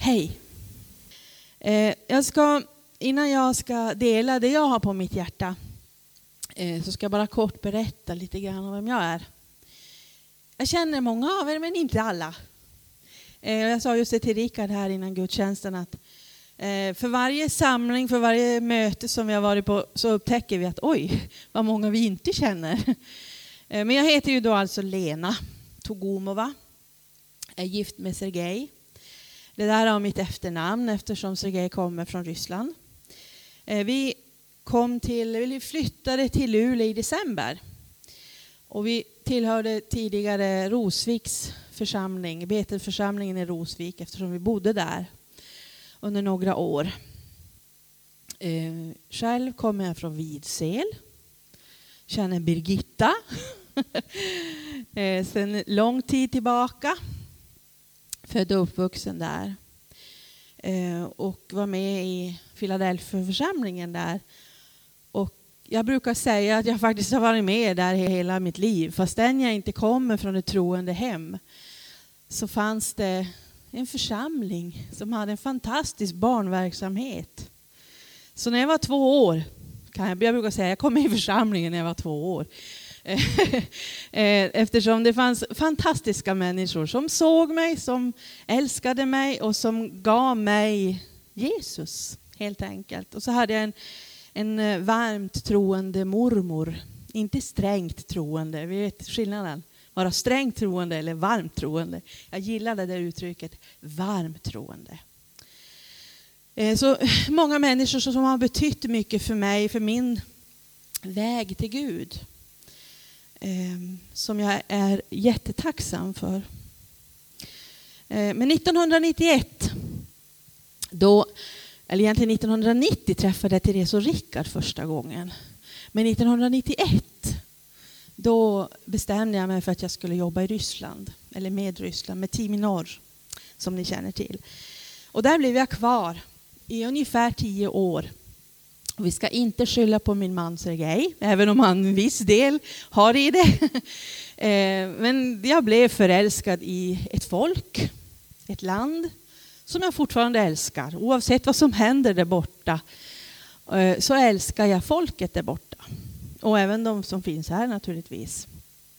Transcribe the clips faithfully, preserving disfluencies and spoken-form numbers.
Hej. Eh, jag ska, innan jag ska dela det jag har på mitt hjärta eh, så ska jag bara kort berätta lite grann om vem jag är. Jag känner många av er, men inte alla. Eh, jag sa just det till Rickard här innan gudstjänsten att eh, för varje samling, för varje möte som vi har varit på så upptäcker vi att oj, vad många vi inte känner. eh, men jag heter ju då alltså Lena Togomova. Jag är gift med Sergej. Det där är mitt efternamn eftersom Sergej kommer från Ryssland. Vi kom till, vi flyttade till Luleå i december. Och vi tillhörde tidigare Rosviks församling, Betelförsamlingen i Rosvik, eftersom vi bodde där under några år. Själv kommer jag från Vidsel. Känner Birgitta. Sen lång tid tillbaka. Född och uppvuxen där. Eh, och var med i Philadelphia-församlingen där. Och jag brukar säga att jag faktiskt har varit med där hela mitt liv. Fastän jag inte kommer från ett troende hem. Så fanns det en församling som hade en fantastisk barnverksamhet. Så när jag var två år. Kan jag, jag brukar säga att jag kom i församlingen när jag var två år. Eftersom det fanns fantastiska människor som såg mig, som älskade mig och som gav mig Jesus helt enkelt. Och så hade jag en, en varmt troende mormor, inte strängt troende, vi vet skillnaden, vara strängt troende eller varmt troende. Jag gillade det uttrycket, varmt troende. Så många människor som har betytt mycket för mig, för min väg till Gud. Som jag är jättetacksam för. Men nittonhundranittioett, då, eller egentligen nittonhundranittio träffade jag Therese och Rickard första gången. Men nittonhundranittioett, då bestämde jag mig för att jag skulle jobba i Ryssland, eller med Ryssland, med Team i norr, som ni känner till. Och där blev jag kvar i ungefär tio år. Vi ska inte skylla på min man Sergej, även om han en viss del har i det. Men jag blev förälskad i ett folk, ett land som jag fortfarande älskar. Oavsett vad som händer där borta så älskar jag folket där borta. Och även de som finns här naturligtvis.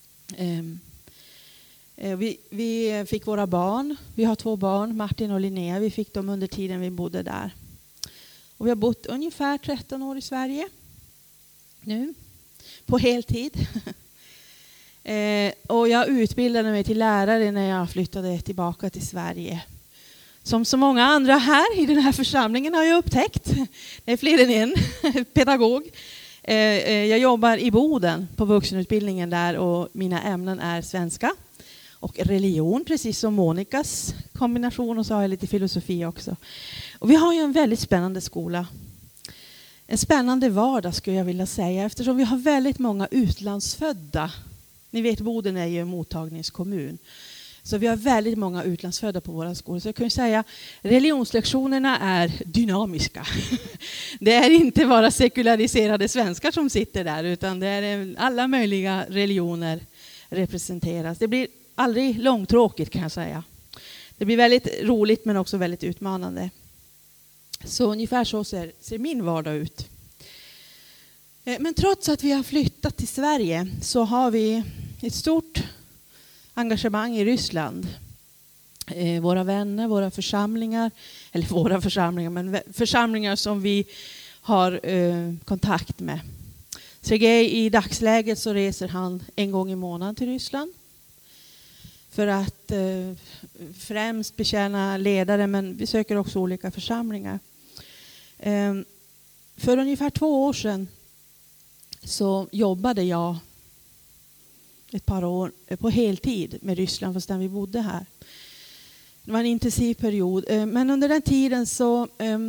Vi, vi fick våra barn, vi har två barn, Martin och Linnea. Vi fick dem under tiden vi bodde där. Och vi har bott ungefär tretton år i Sverige nu, på heltid. eh, och jag utbildade mig till lärare när jag flyttade tillbaka till Sverige. Som så många andra här i den här församlingen har jag upptäckt. Det är fler än en pedagog. Eh, jag jobbar i Boden på vuxenutbildningen där och mina ämnen är svenska och religion, precis som Monikas kombination, och så har jag lite filosofi också. Och vi har ju en väldigt spännande skola. En spännande vardag skulle jag vilja säga, eftersom vi har väldigt många utlandsfödda. Ni vet, Boden är ju en mottagningskommun. Så vi har väldigt många utlandsfödda på våra skolor. Så jag kan säga religionslektionerna är dynamiska. Det är inte bara sekulariserade svenskar som sitter där, utan det är alla möjliga religioner representeras. Det blir aldrig långtråkigt, kan jag säga. Det blir väldigt roligt men också väldigt utmanande. Så ungefär så ser, ser min vardag ut. Men trots att vi har flyttat till Sverige så har vi ett stort engagemang i Ryssland. Våra vänner, våra församlingar, eller våra församlingar, men församlingar som vi har kontakt med. Sergej, i dagsläget så reser han en gång i månaden till Ryssland. För att eh, främst betjäna ledare, men vi söker också olika församlingar. Eh, för ungefär två år sedan så jobbade jag ett par år på heltid med Ryssland fastän vi bodde här. Det var en intensiv period. Eh, men under den tiden så eh,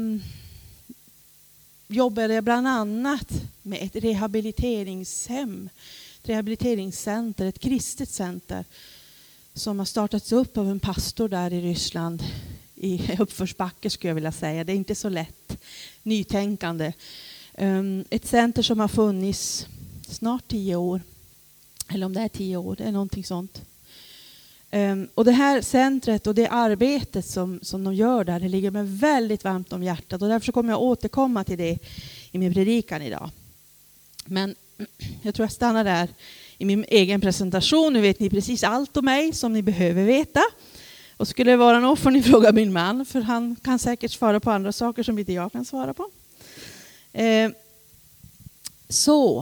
jobbade jag bland annat med ett rehabiliteringshem, ett rehabiliteringscenter, ett kristet center som har startats upp av en pastor där i Ryssland i uppförsbacke, skulle jag vilja säga. Det är inte så lätt. Nytänkande. Um, ett center som har funnits snart tio år. Eller om det är tio år, det är någonting sånt. Um, och det här centret och det arbetet som, som de gör där, det ligger mig väldigt varmt om hjärtat. Och därför kommer jag återkomma till det i min predikan idag. Men jag tror jag stannar där i min egen presentation. Nu vet ni precis allt om mig som ni behöver veta. Och skulle det vara något får ni fråga min man, för han kan säkert svara på andra saker som inte jag kan svara på. Eh, så,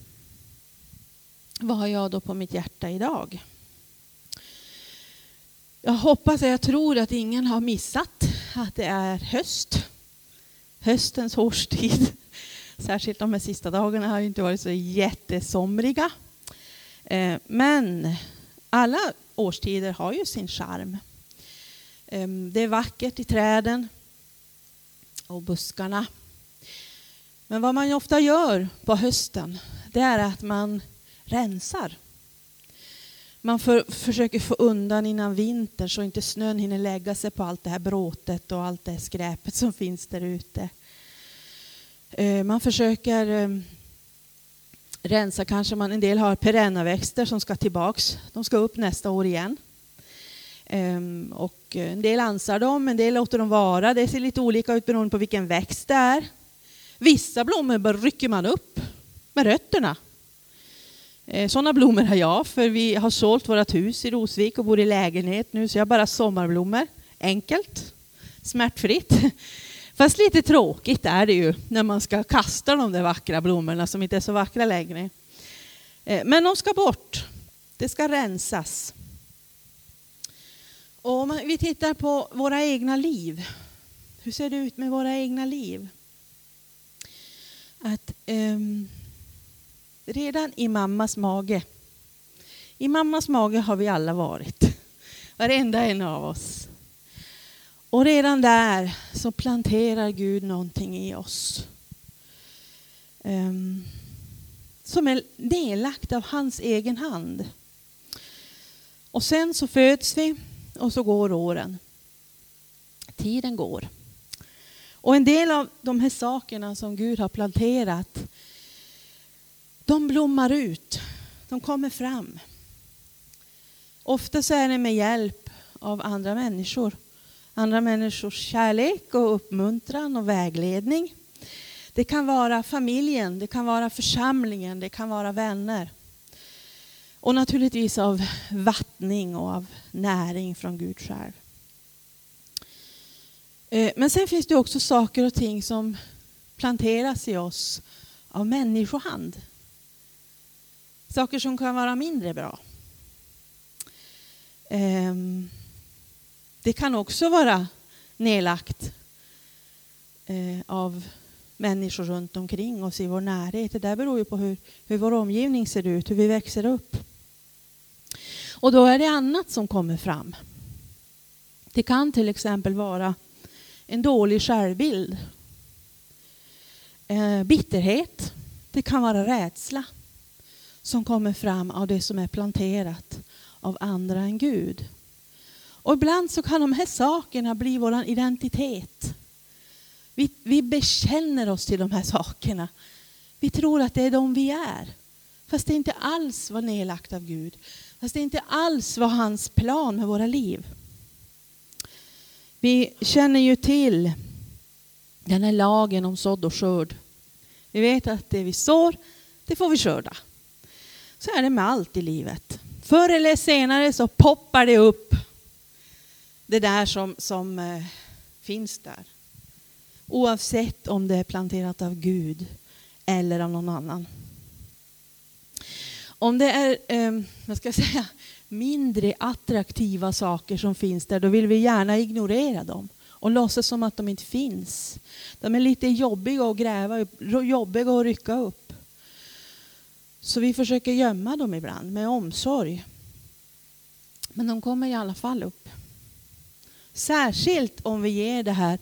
vad har jag då på mitt hjärta idag? Jag hoppas och jag tror att ingen har missat att det är höst. Höstens årstid. Särskilt de här sista dagarna har inte varit så jättesomriga. Eh, men alla årstider har ju sin charm. Eh, det är vackert i träden och buskarna. Men vad man ofta gör på hösten, det är att man rensar. Man för, försöker få undan innan vinter så inte snön hinner lägga sig på allt det här bråtet och allt det här skräpet som finns där ute. Eh, man försöker eh, rensa, kanske man en del har perennaväxter som ska tillbaks. De ska upp nästa år igen. Eh, och en del ansar dem, en del låter dem vara. Det ser lite olika ut beroende på vilken växt det är. Vissa blommor bara rycker man upp med rötterna. Sådana blommor har jag, för vi har sålt vårt hus i Rosvik och bor i lägenhet nu, så jag har bara sommarblommor. Enkelt, smärtfritt. Fast lite tråkigt är det ju när man ska kasta de där vackra blommorna som inte är så vackra längre. Men de ska bort. Det ska rensas. Och om vi tittar på våra egna liv. Hur ser det ut med våra egna liv? Att... Um, Redan i mammas mage. I mammas mage har vi alla varit. Varenda en av oss. Och redan där så planterar Gud någonting i oss. Um, som är nedlagt av hans egen hand. Och sen så föds vi och så går åren. Tiden går. Och en del av de här sakerna som Gud har planterat, de blommar ut. De kommer fram. Ofta så är det med hjälp av andra människor. Andra människors kärlek och uppmuntran och vägledning. Det kan vara familjen, det kan vara församlingen, det kan vara vänner. Och naturligtvis av vattning och av näring från Gud själv. Men sen finns det också saker och ting som planteras i oss av människohand. Saker som kan vara mindre bra. Um, det kan också vara nedlagt uh, av människor runt omkring oss i vår närhet. Det där beror ju på hur, hur vår omgivning ser ut, hur vi växer upp. Och då är det annat som kommer fram. Det kan till exempel vara en dålig självbild. Uh, bitterhet. Det kan vara rädsla som kommer fram av det som är planterat av andra än Gud. Och ibland så kan de här sakerna bli vår identitet. Vi, vi bekänner oss till de här sakerna. Vi tror att det är de vi är. Fast det inte alls var nedlagt av Gud. Fast det inte alls var hans plan med våra liv. Vi känner ju till den här lagen om sådd och skörd. Vi vet att det vi sår, det får vi skörda. Så är det med allt i livet. Förr eller senare så poppar det upp det där som, som eh, finns där. Oavsett om det är planterat av Gud eller av någon annan. Om det är eh, vad ska jag säga, mindre attraktiva saker som finns där, då vill vi gärna ignorera dem. Och låtsas som att de inte finns. De är lite jobbiga att gräva upp, jobbiga att rycka upp. Så vi försöker gömma dem ibland med omsorg. Men de kommer i alla fall upp. Särskilt om vi ger det här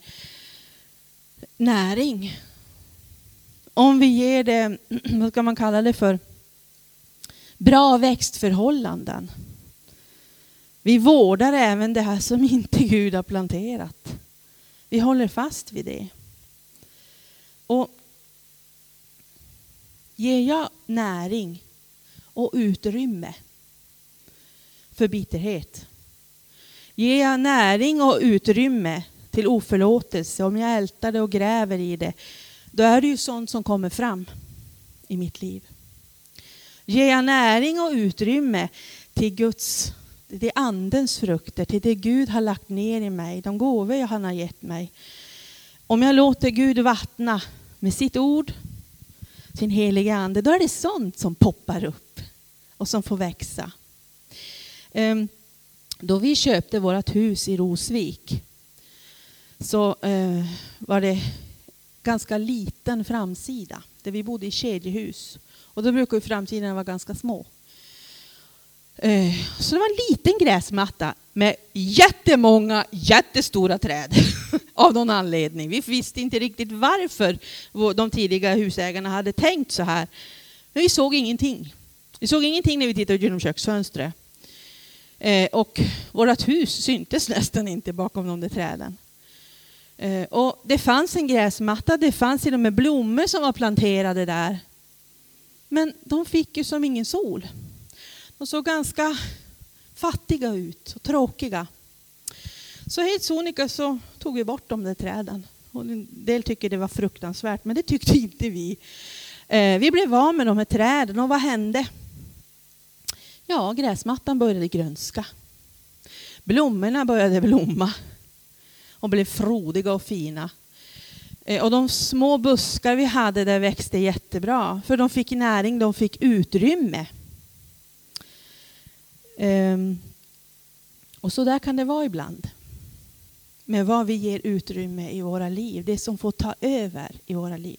näring. Om vi ger det, vad ska man kalla det för? Bra växtförhållanden. Vi vårdar även det här som inte Gud har planterat. Vi håller fast vid det. Och ger jag näring och utrymme för bitterhet, Ger jag näring och utrymme till oförlåtelse, om jag ältar det och gräver i det, då är det ju sånt som kommer fram i mitt liv. Ger jag näring och utrymme till Guds, det är andens frukter, till det Gud har lagt ner i mig, de gåvor han har gett mig. Om jag låter Gud vattna med sitt ord, sin heliga ande, då är det sånt som poppar upp och som får växa. Um, då vi köpte vårt hus i Rosvik så uh, var det ganska liten framsida där vi bodde i kedjehus. Och då brukar ju framsidan vara ganska små. Uh, så det var en liten gräsmatta med jättemånga jättestora träd av någon anledning. Vi visste inte riktigt varför de tidiga husägarna hade tänkt så här. Men vi såg ingenting. Vi såg ingenting när vi tittade ut genom köksfönstret. Eh, och vårt hus syntes nästan inte bakom de där träden. Eh, och det fanns en gräsmatta, det fanns till och med blommor som var planterade där. Men de fick ju som ingen sol. De såg ganska fattiga ut och tråkiga. Så helt sonika så tog vi bort de där träden. Och en del tycker det var fruktansvärt, men det tyckte inte vi. Eh, vi blev av med de här träden, och vad hände? Ja, gräsmattan började grönska. Blommorna började blomma och blev frodiga och fina. Eh, och de små buskar vi hade där växte jättebra, för de fick näring, de fick utrymme. Eh, och så där kan det vara ibland. Med vad vi ger utrymme i våra liv. Det som får ta över i våra liv.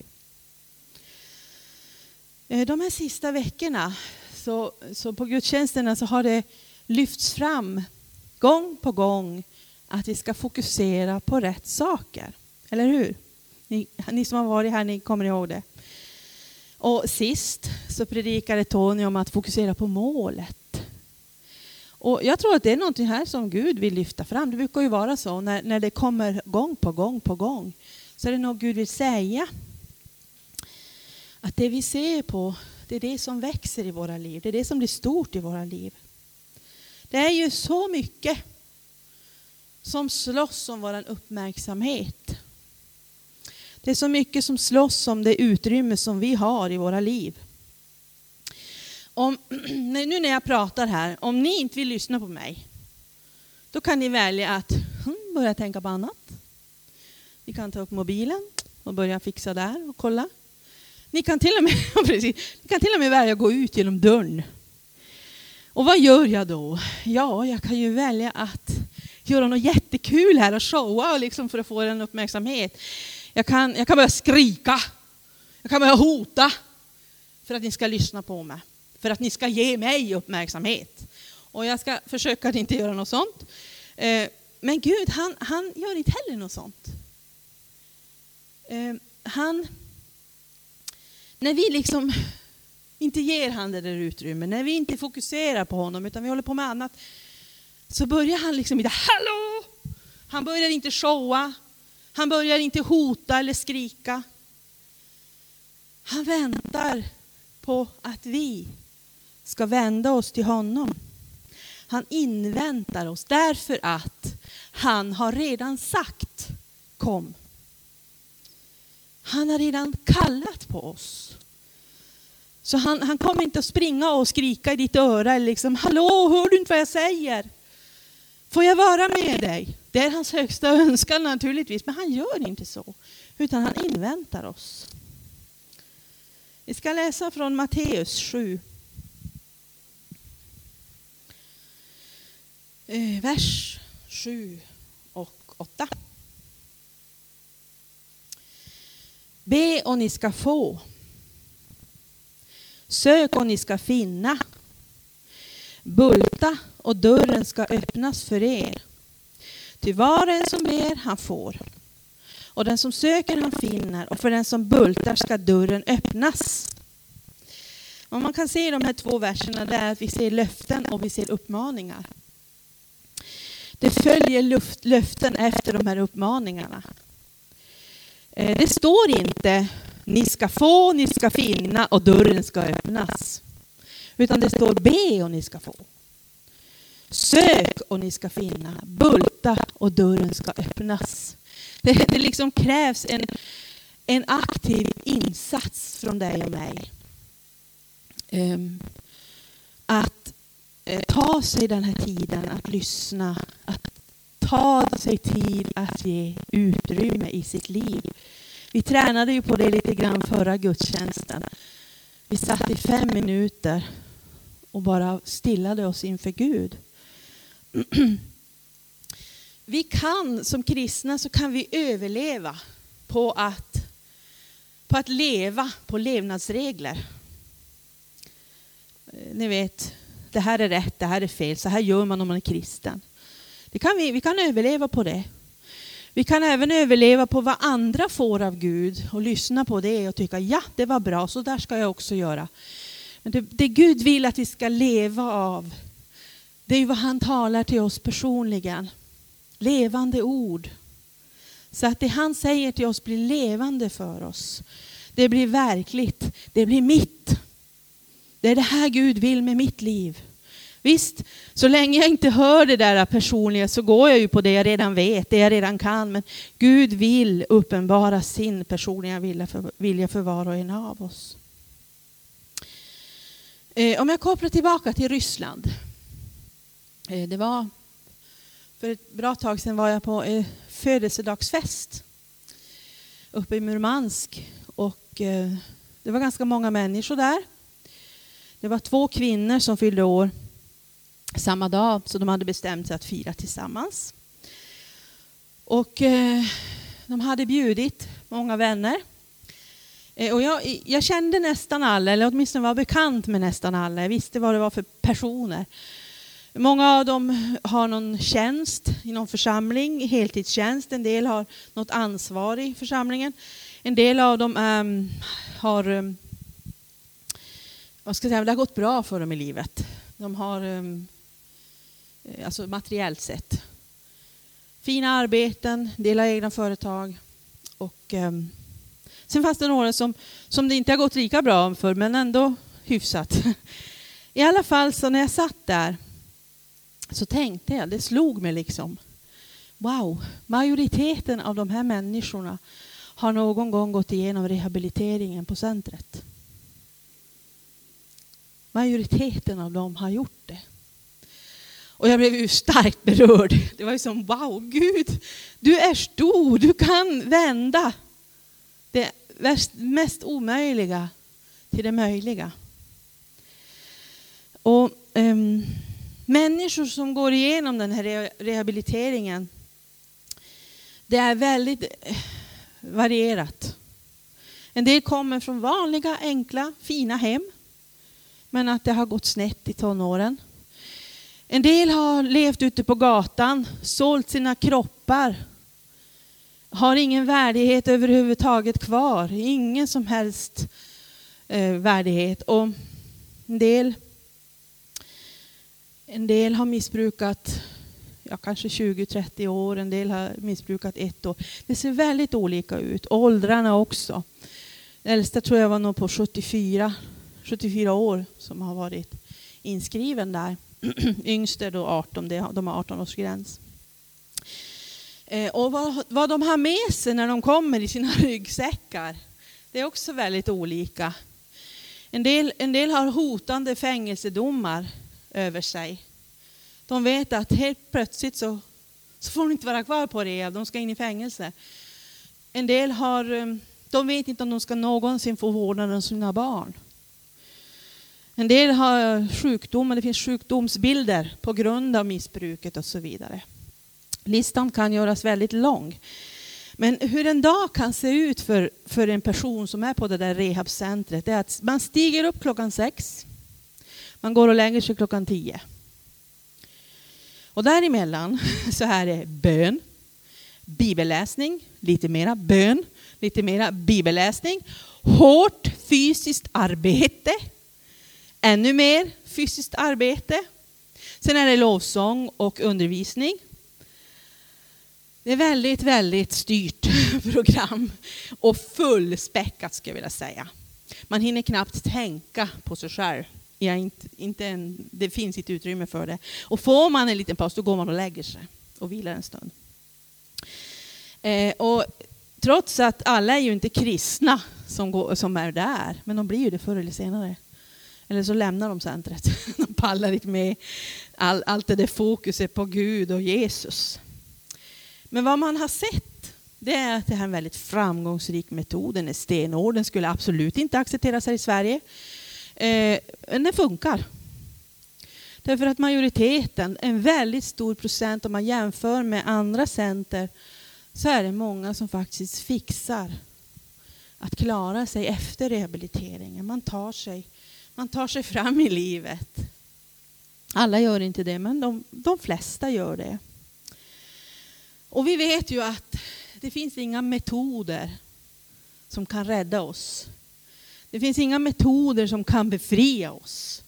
De här sista veckorna så, så på gudstjänsterna så har det lyfts fram gång på gång att vi ska fokusera på rätt saker. Eller hur? Ni, ni som har varit här, ni kommer ihåg det. Och sist så predikade Tony om att fokusera på målet. Och jag tror att det är något här som Gud vill lyfta fram. Det brukar ju vara så när, när det kommer gång på gång på gång. Så är det något Gud vill säga. Att det vi ser på, det är det som växer i våra liv. Det är det som blir stort i våra liv. Det är ju så mycket som slåss om vår uppmärksamhet. Det är så mycket som slåss om det utrymme som vi har i våra liv. Om, nu när jag pratar här, om ni inte vill lyssna på mig, då kan ni välja att hmm, börja tänka på annat. Ni kan ta upp mobilen och börja fixa där och kolla. Ni kan till och med, precis, ni kan till och med välja att gå ut genom dörren. Och vad gör jag då? Ja, jag kan ju välja att göra något jättekul här och showa liksom för att få en uppmärksamhet. Jag kan, jag kan börja skrika. Jag kan börja hota för att ni ska lyssna på mig. För att ni ska ge mig uppmärksamhet. Och jag ska försöka att inte göra något sånt. Eh, men Gud, han, han gör inte heller något sånt. Eh, han, när vi liksom inte ger han det där utrymme, när vi inte fokuserar på honom utan vi håller på med annat, så börjar han liksom inte, hallå! Han börjar inte showa. Han börjar inte hota eller skrika. Han väntar på att vi ska vända oss till honom. Han inväntar oss därför att han har redan sagt kom. Han har redan kallat på oss. Så han, han kommer inte att springa och skrika i ditt öra eller liksom, hallå, hör du inte vad jag säger? Får jag vara med dig? Det är hans högsta önskan naturligtvis, men han gör inte så. Utan han inväntar oss. Vi ska läsa från Matteus sju. Eh, vers sju och åtta. Be och ni ska få. Sök och ni ska finna. Bulta och dörren ska öppnas för er. Till var en som ber, han får. Och den som söker, han finner. Och för den som bultar ska dörren öppnas. Och man kan se i de här två verserna där att vi ser löften och vi ser uppmaningar. Det följer luft, löften efter de här uppmaningarna. Eh, det står inte ni ska få, ni ska finna och dörren ska öppnas. Utan det står be och ni ska få. Sök och ni ska finna. Bulta och dörren ska öppnas. Det, det liksom krävs en, en aktiv insats från dig och mig. Um, att uh, ta sig den här tiden att lyssna. Att ta sig tid att ge utrymme i sitt liv. Vi tränade ju på det lite grann förra gudstjänsten. Vi satt i fem minuter och bara stillade oss inför Gud. Vi kan som kristna så kan vi överleva på att, på att leva på levnadsregler. Ni vet, det här är rätt, det här är fel. Så här gör man om man är kristen. Det kan vi, vi kan överleva på det. Vi kan även överleva på vad andra får av Gud och lyssna på det och tycka ja, det var bra, så där ska jag också göra. Men det, det Gud vill att vi ska leva av, det är vad han talar till oss personligen. Levande ord. Så att det han säger till oss blir levande för oss. Det blir verkligt. Det blir mitt. Det är det här Gud vill med mitt liv. Visst, så länge jag inte hör det där personliga så går jag ju på det jag redan vet, det jag redan kan. Men Gud vill uppenbara sin personliga vilja för, vilja för var och en av oss. Eh, om jag kopplar tillbaka till Ryssland. Eh, det var, för ett bra tag sedan var jag på eh, födelsedagsfest uppe i Murmansk. Och eh, det var ganska många människor där. Det var två kvinnor som fyllde år samma dag, så de hade bestämt sig att fira tillsammans. Och eh, de hade bjudit många vänner. Eh, och jag, jag kände nästan alla, eller åtminstone var bekant med nästan alla. Jag visste vad det var för personer. Många av dem har någon tjänst i någon församling, heltidstjänst. En del har något ansvar i församlingen. En del av dem um, har, um, vad ska jag säga, det har gått bra för dem i livet. De har um, alltså materiellt sett fina arbeten, delar egna företag. Och um, sen fanns det några som, som det inte har gått lika bra för, men ändå hyfsat. I alla fall så när jag satt där så tänkte jag, det slog mig liksom. Wow, majoriteten av de här människorna har någon gång gått igenom rehabiliteringen på centret. Majoriteten av dem har gjort det. Och jag blev ju starkt berörd. Det var ju som, wow, Gud, du är stor, du kan vända det mest omöjliga till det möjliga. Och um, människor som går igenom den här rehabiliteringen, det är väldigt varierat. En del kommer från vanliga, enkla, fina hem, men att det har gått snett i tonåren. En del har levt ute på gatan, sålt sina kroppar, har ingen värdighet överhuvudtaget kvar, ingen som helst eh, värdighet. Och en del, en del har missbrukat ja, kanske tjugo till trettio år, en del har missbrukat ett år. Det ser väldigt olika ut, åldrarna också. Den äldsta tror jag var nog på sjuttiofyra, sjuttiofyra år som har varit inskriven där. Yngste då arton, de har arton års gräns. Eh, och vad, vad de har med sig när de kommer i sina ryggsäckar, det är också väldigt olika. En del, en del har hotande fängelsedomar över sig. De vet att helt plötsligt så, så får de inte vara kvar på det, de ska in i fängelse. En del har, de vet inte om de ska någonsin få vårdnaden om sina barn. En del har sjukdomar, det finns sjukdomsbilder på grund av missbruket och så vidare. Listan kan göras väldigt lång. Men hur en dag kan se ut för, för en person som är på det där rehabcentret är att man stiger upp klockan sex. Man går och lägger sig klockan tio. Och däremellan så här är bön, bibelläsning, lite mera bön, lite mera bibelläsning, hårt fysiskt arbete, ännu mer fysiskt arbete. Sen är det lovsång och undervisning. Det är väldigt, väldigt styrt program och fullspäckat ska jag vilja säga. Man hinner knappt tänka på sig själv ja, inte, inte en, det finns inte utrymme för det. Och får man en liten paus, då går man och lägger sig och vilar en stund. Eh, och trots att alla är ju inte kristna som, går, som är där, men de blir ju det förr eller senare. Eller så lämnar de centret. De pallar inte med all, allt det där fokuset på Gud och Jesus. Men vad man har sett, det är att det här är en väldigt framgångsrik metod. Den är stenhård, den skulle absolut inte accepteras här i Sverige. Eh, men den funkar. Därför att majoriteten, en väldigt stor procent om man jämför med andra center, så är det många som faktiskt fixar att klara sig efter rehabiliteringen. Man tar sig, man tar sig fram i livet. Alla gör inte det, men de, de flesta gör det. Och vi vet ju att det finns inga metoder som kan rädda oss. Det finns inga metoder som kan befria oss.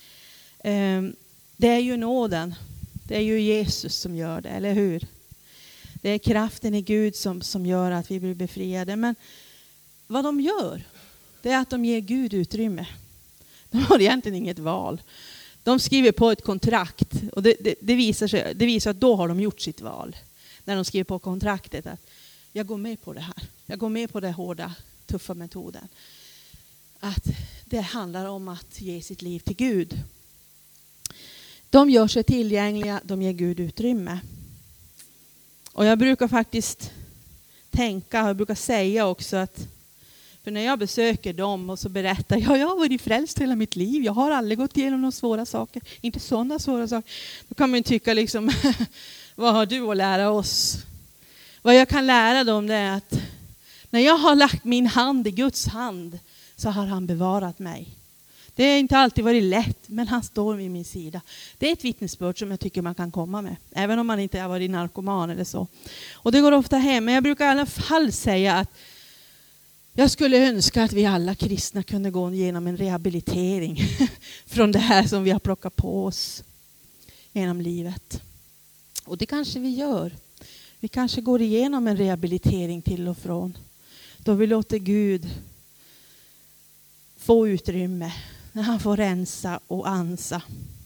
Det är ju nåden. Det är ju Jesus som gör det, eller hur? Det är kraften i Gud som, som gör att vi blir befriade. Men vad de gör, det är att de ger Gud utrymme. De har egentligen inget val. De skriver på ett kontrakt. Och det, det, det, visar sig, det visar att då har de gjort sitt val. När de skriver på kontraktet att jag går med på det här. Jag går med på den hårda, tuffa metoden. Att det handlar om att ge sitt liv till Gud. De gör sig tillgängliga, de ger Gud utrymme. Och jag brukar faktiskt tänka, jag brukar säga också att, för när jag besöker dem och så berättar jag, jag har varit frälst hela mitt liv, jag har aldrig gått igenom några svåra saker, inte sådana svåra saker. Då kan man tycka liksom, vad har du att lära oss? Vad jag kan lära dem, det är att när jag har lagt min hand i Guds hand, så har han bevarat mig. Det har inte alltid varit lätt, men han står vid min sida. Det är ett vittnesbörd som jag tycker man kan komma med. Även om man inte har varit narkoman eller så. Och det går ofta hem. Men jag brukar i alla fall säga att jag skulle önska att vi alla kristna kunde gå igenom en rehabilitering. Från det här som vi har plockat på oss genom livet. Och det kanske vi gör. Vi kanske går igenom en rehabilitering till och från. Då vi låter Gud få utrymme. När han får rensa och ansa.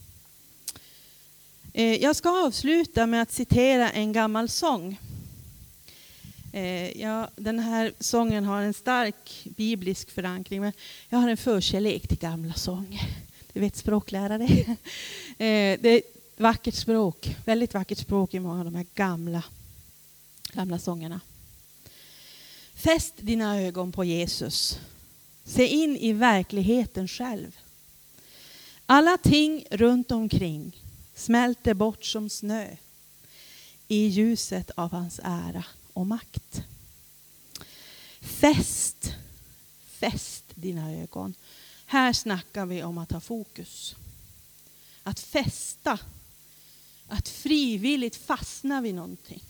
Eh, jag ska avsluta med att citera en gammal sång. Eh, ja, den här sången har en stark biblisk förankring. Men jag har en förkärlek till gamla sånger. Du vet, språklärare. eh, det är ett vackert språk. Väldigt vackert språk i många av de här gamla, gamla sångerna. Fäst dina ögon på Jesus. Se in i verkligheten själv. Alla ting runt omkring smälter bort som snö i ljuset av hans ära och makt. Fäst, fäst dina ögon. Här snackar vi om att ha fokus. Att fästa, att frivilligt fastna vid någonting.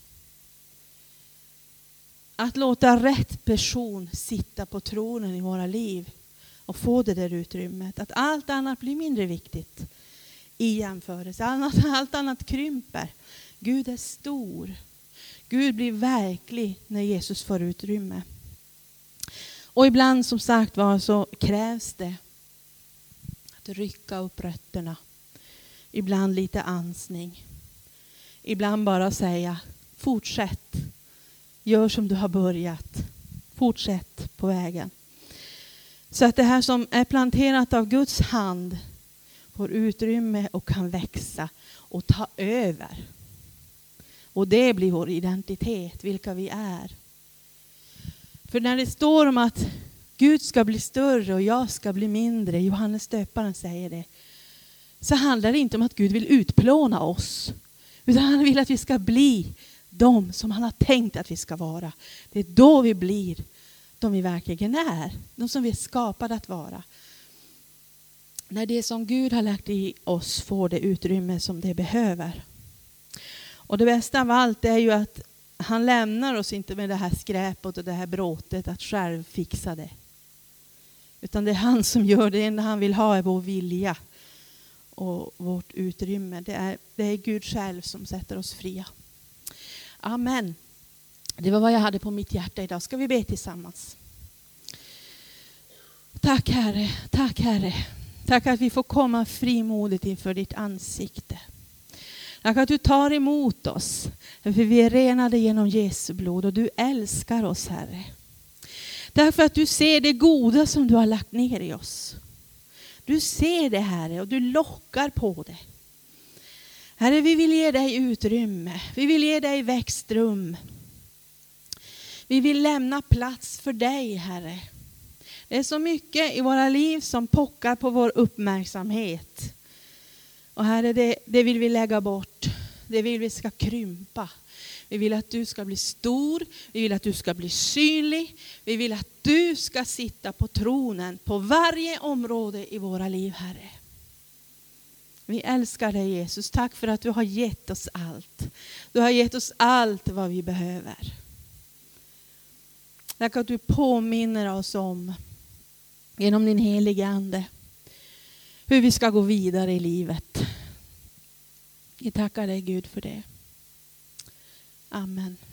Att låta rätt person sitta på tronen i våra liv och få det där utrymmet. Att allt annat blir mindre viktigt i jämförelse. Allt, allt annat krymper. Gud är stor. Gud blir verklig när Jesus får utrymme. Och ibland, som sagt var, så krävs det att rycka upp rötterna. Ibland lite ansning. Ibland bara säga fortsätt. Gör som du har börjat. Fortsätt på vägen. Så att det här som är planterat av Guds hand får utrymme och kan växa och ta över. Och det blir vår identitet, vilka vi är. För när det står om att Gud ska bli större och jag ska bli mindre, Johannes döparen säger det, så handlar det inte om att Gud vill utplåna oss. Utan han vill att vi ska bli de som han har tänkt att vi ska vara. Det är då vi blir de vi verkligen är. De som vi är skapade att vara. När det som Gud har lagt i oss får det utrymme som det behöver. Och det bästa av allt är ju att han lämnar oss inte med det här skräpet och det här bråtet att själv fixa det. Utan det är han som gör det. Det enda han vill ha är vår vilja och vårt utrymme. Det är, det är Gud själv som sätter oss fria. Amen. Det var vad jag hade på mitt hjärta idag. Ska vi be tillsammans? Tack Herre, tack Herre. Tack att vi får komma frimodigt inför ditt ansikte. Tack att du tar emot oss. För vi är renade genom Jesu blod och du älskar oss, Herre. Därför att du ser det goda som du har lagt ner i oss. Du ser det, Herre, och du lockar på det. Herre, vi vill ge dig utrymme. Vi vill ge dig växtrum. Vi vill lämna plats för dig, Herre. Det är så mycket i våra liv som pockar på vår uppmärksamhet. Och Herre, det, det vill vi lägga bort. Det vill vi ska krympa. Vi vill att du ska bli stor. Vi vill att du ska bli synlig. Vi vill att du ska sitta på tronen på varje område i våra liv, Herre. Vi älskar dig, Jesus. Tack för att du har gett oss allt. Du har gett oss allt vad vi behöver. Tack att du påminner oss om, genom din heliga ande, hur vi ska gå vidare i livet. Vi tackar dig, Gud, för det. Amen.